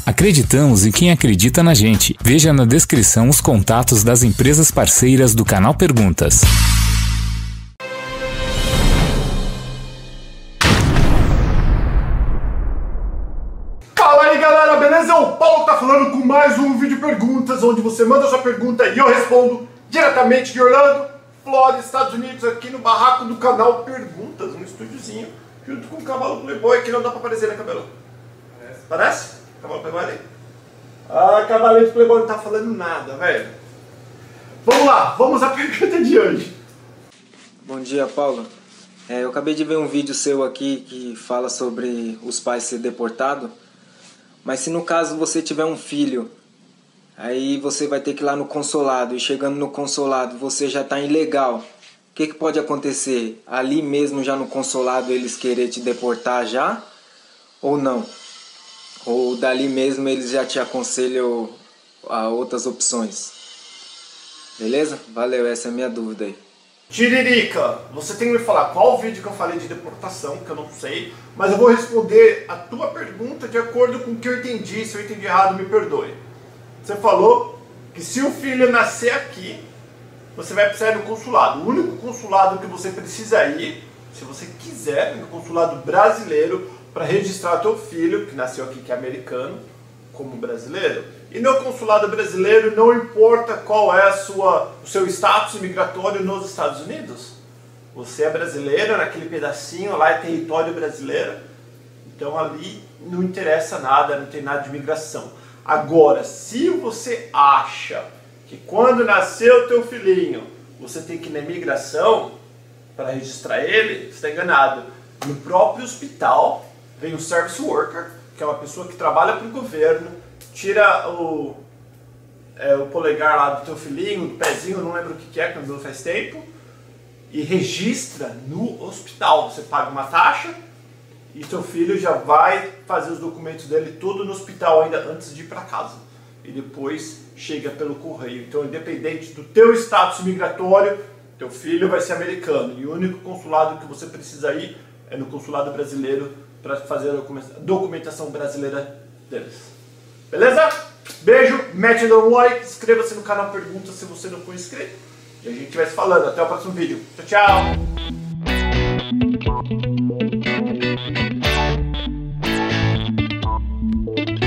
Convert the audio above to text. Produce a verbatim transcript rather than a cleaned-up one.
Acreditamos em quem acredita na gente. Veja na descrição os contatos das empresas parceiras do canal Perguntas. Fala aí galera, beleza? O Paulo tá falando com mais um vídeo perguntas, onde você manda sua pergunta e eu respondo diretamente de Orlando, Flórida, Estados Unidos, aqui no barraco do canal Perguntas, um estúdiozinho, junto com o cavalo Playboy, que não dá pra aparecer, né, cabelo? Parece? Parece? Cavalo Playboy ali. Ah, cavalinho Playboy não tá falando nada, velho. Vamos lá, vamos à pergunta de hoje. Bom dia, Paulo. É, eu acabei de ver um vídeo seu aqui que fala sobre os pais ser deportados. Mas se no caso você tiver um filho, aí você vai ter que ir lá no consulado, e chegando no consulado você já está ilegal. O que, que pode acontecer? Ali mesmo já no consulado eles querer te deportar já? Ou não? Ou dali mesmo eles já te aconselham a outras opções? Beleza? Valeu, essa é a minha dúvida aí. Tiririca, você tem que me falar qual vídeo que eu falei de deportação, que eu não sei, mas eu vou responder a tua pergunta de acordo com o que eu entendi. Se eu entendi errado, me perdoe. Você falou que se o filho nascer aqui, você vai precisar ir no consulado. O único consulado que você precisa ir, se você quiser, é no consulado brasileiro, para registrar o teu filho, que nasceu aqui, que é americano, como brasileiro. E no consulado brasileiro não importa qual é a sua, o seu status imigratório nos Estados Unidos. Você é brasileiro, naquele pedacinho lá é território brasileiro. Então ali não interessa nada, não tem nada de imigração. Agora, se você acha que quando nasceu o teu filhinho, você tem que ir na imigração para registrar ele, você está enganado. No próprio hospital vem o service worker, que é uma pessoa que trabalha para o governo, tira o, é, o polegar lá do teu filhinho, do pezinho, não lembro o que é, que não faz tempo, e registra no hospital. Você paga uma taxa e teu filho já vai fazer os documentos dele tudo no hospital ainda antes de ir para casa. E depois chega pelo correio. Então, independente do teu status migratório, teu filho vai ser americano. E o único consulado que você precisa ir é no consulado brasileiro para fazer a documentação brasileira deles. Beleza? Beijo, mete no like, inscreva-se no canal Pergunta se você não for inscrito. E a gente vai se falando. Até o próximo vídeo. Tchau, tchau!